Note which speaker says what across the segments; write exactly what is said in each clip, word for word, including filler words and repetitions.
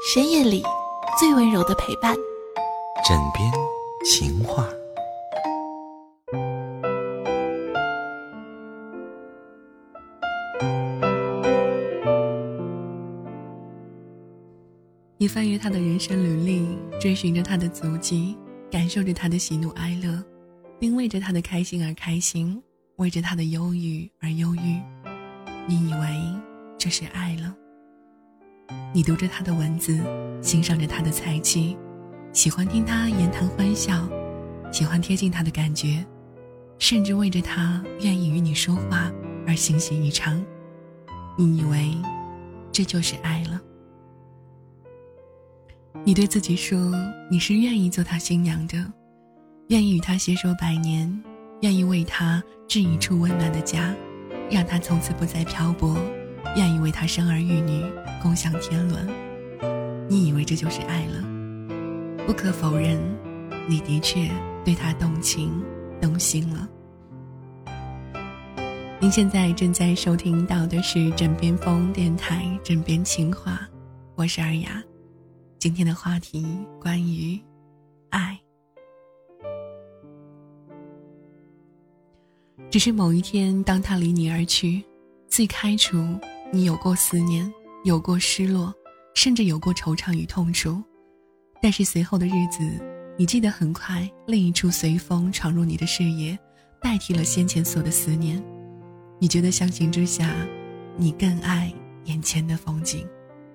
Speaker 1: 深夜里最温柔的陪伴，
Speaker 2: 枕边情话。
Speaker 3: 你翻阅他的人生履历，追寻着他的足迹，感受着他的喜怒哀乐，并为着他的开心而开心，为着他的忧郁而忧郁。你以为这是爱了？你读着他的文字，欣赏着他的才气，喜欢听他言谈欢笑，喜欢贴近他的感觉，甚至为着他愿意与你说话而欣喜一场。你以为这就是爱了？你对自己说，你是愿意做他新娘的，愿意与他携手百年，愿意为他置一处温暖的家，让他从此不再漂泊，愿意为他生儿育女，共享天伦。你以为这就是爱了？不可否认，你的确对他动情动心了。您现在正在收听到的是枕边风电台枕边情话，我是尔雅。今天的话题关于爱。只是某一天，当他离你而去，最开除你有过思念，有过失落，甚至有过惆怅与痛楚。但是随后的日子，你记得很快，另一处随风闯入你的视野，代替了先前所的思念。你觉得相形之下，你更爱眼前的风景。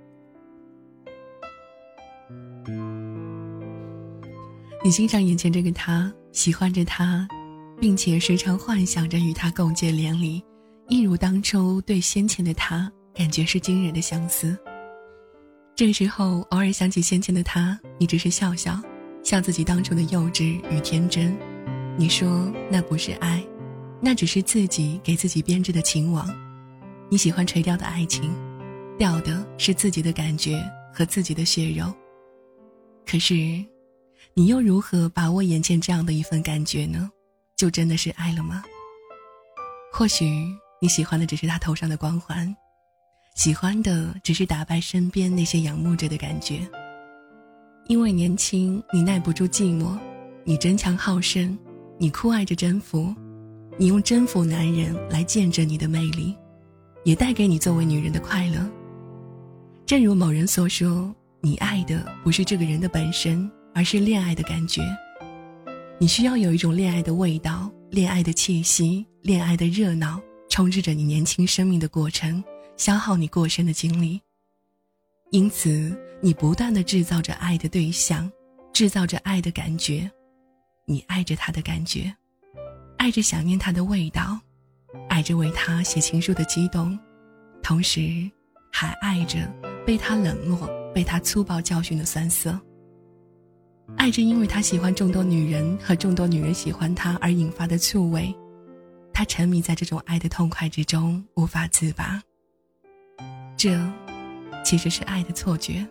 Speaker 3: 你欣赏眼前这个他，喜欢着他，并且时常幻想着与他共结连理，一如当初对先前的他感觉是惊人的相似。这个时候偶尔想起先前的他，你只是笑笑，笑自己当初的幼稚与天真。你说那不是爱，那只是自己给自己编织的情网。你喜欢垂钓的爱情，钓的是自己的感觉和自己的血肉。可是你又如何把握眼前这样的一份感觉呢？就真的是爱了吗？或许你喜欢的只是他头上的光环，喜欢的只是打败身边那些仰慕着的感觉。因为年轻，你耐不住寂寞，你争强好胜，你酷爱着征服，你用征服男人来见证你的魅力，也带给你作为女人的快乐。正如某人所说，你爱的不是这个人的本身，而是恋爱的感觉。你需要有一种恋爱的味道，恋爱的气息，恋爱的热闹，充斥着你年轻生命的过程，消耗你过深的精力。因此你不断地制造着爱的对象，制造着爱的感觉。你爱着他的感觉，爱着想念他的味道，爱着为他写情书的激动，同时还爱着被他冷落，被他粗暴教训的酸涩。爱着因为他喜欢众多女人和众多女人喜欢他而引发的醋味，他沉迷在这种爱的痛快之中无法自拔。这其实是爱的错觉。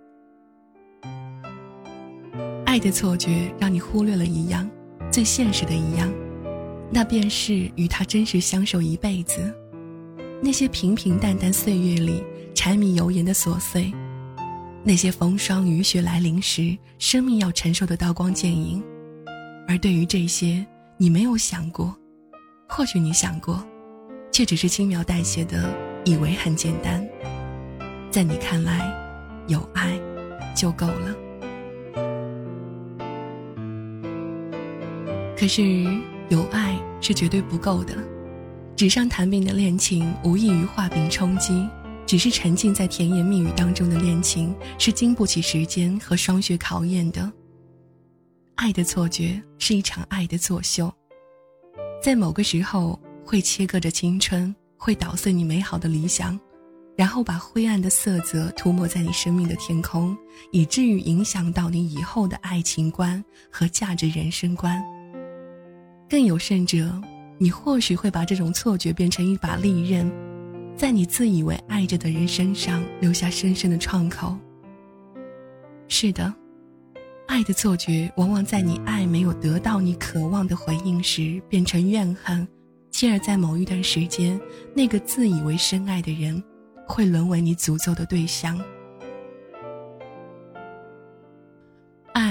Speaker 3: 爱的错觉让你忽略了一样最现实的一样，那便是与他真实相守一辈子。那些平平淡淡岁月里柴米油盐的琐碎，那些风霜雨雪来临时生命要承受的刀光剑影。而对于这些你没有想过，或许你想过，却只是轻描淡写的以为很简单。在你看来，有爱就够了。可是有爱是绝对不够的，纸上谈兵的恋情无异于画饼充饥，只是沉浸在甜言蜜语当中的恋情是经不起时间和霜雪考验的。爱的错觉是一场爱的作秀，在某个时候会切割着青春，会捣碎你美好的理想，然后把灰暗的色泽涂抹在你生命的天空，以至于影响到你以后的爱情观和价值人生观。更有甚者，你或许会把这种错觉变成一把利刃，在你自以为爱着的人身上留下深深的创口。是的，爱的错觉往往在你爱没有得到你渴望的回应时变成怨恨，继而在某一段时间，那个自以为深爱的人会沦为你诅咒的对象。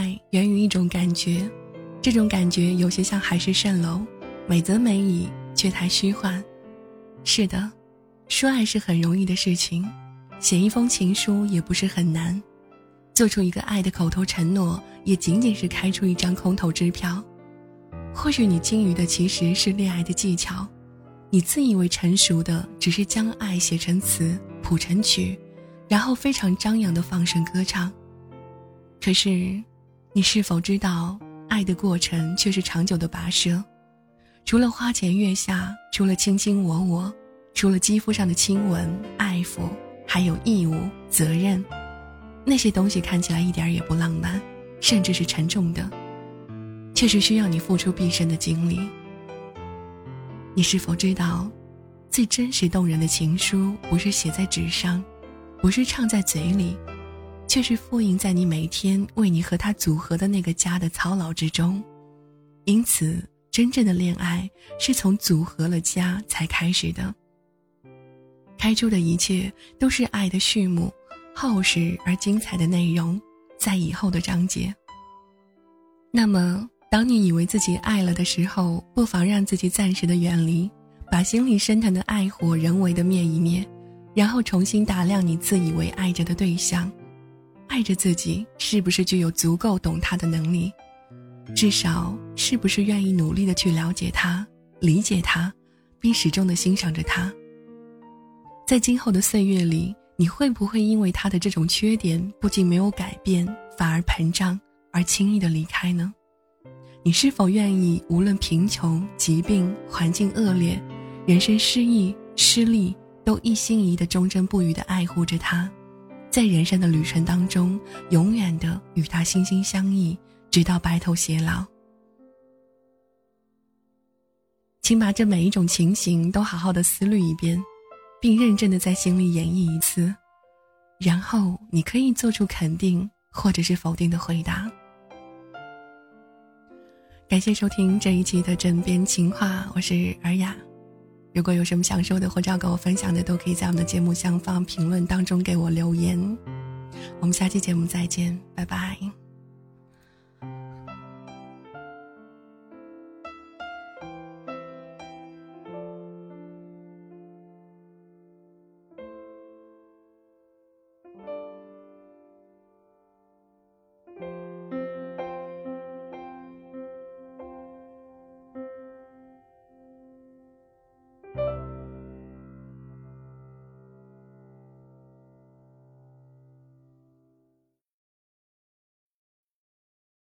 Speaker 3: 爱源于一种感觉，这种感觉有些像海市蜃楼，美则美矣，却太虚幻。是的，说爱是很容易的事情，写一封情书也不是很难，做出一个爱的口头承诺也仅仅是开出一张空头支票。或许你精于的其实是恋爱的技巧，你自以为成熟的只是将爱写成词谱成曲，然后非常张扬地放声歌唱。可是你是否知道，爱的过程却是长久的跋涉，除了花前月下，除了卿卿我我，除了肌肤上的亲吻爱抚，还有义务责任，那些东西看起来一点也不浪漫，甚至是沉重的，却是需要你付出毕生的精力。你是否知道，最真实动人的情书不是写在纸上，不是唱在嘴里，却是复印在你每天为你和他组合的那个家的操劳之中。因此真正的恋爱是从组合了家才开始的，开出的一切都是爱的序幕，厚实而精彩的内容在以后的章节。那么当你以为自己爱了的时候，不妨让自己暂时的远离，把心里升腾的爱火人为的灭一灭，然后重新打量你自以为爱着的对象，爱着自己是不是具有足够懂他的能力，至少是不是愿意努力的去了解他，理解他，并始终的欣赏着他。在今后的岁月里，你会不会因为他的这种缺点不仅没有改变，反而膨胀而轻易的离开呢？你是否愿意无论贫穷、疾病、环境恶劣、人生失意、失利，都一心一意的忠贞不渝的爱护着他，在人生的旅程当中永远的与他心心相印，直到白头偕老？请把这每一种情形都好好的思虑一遍，并认真的在心里演绎一次，然后你可以做出肯定或者是否定的回答。感谢收听这一期的枕边情话，我是尔雅。如果有什么想说的或者要跟我分享的，都可以在我们的节目下方评论当中给我留言。我们下期节目再见，拜拜。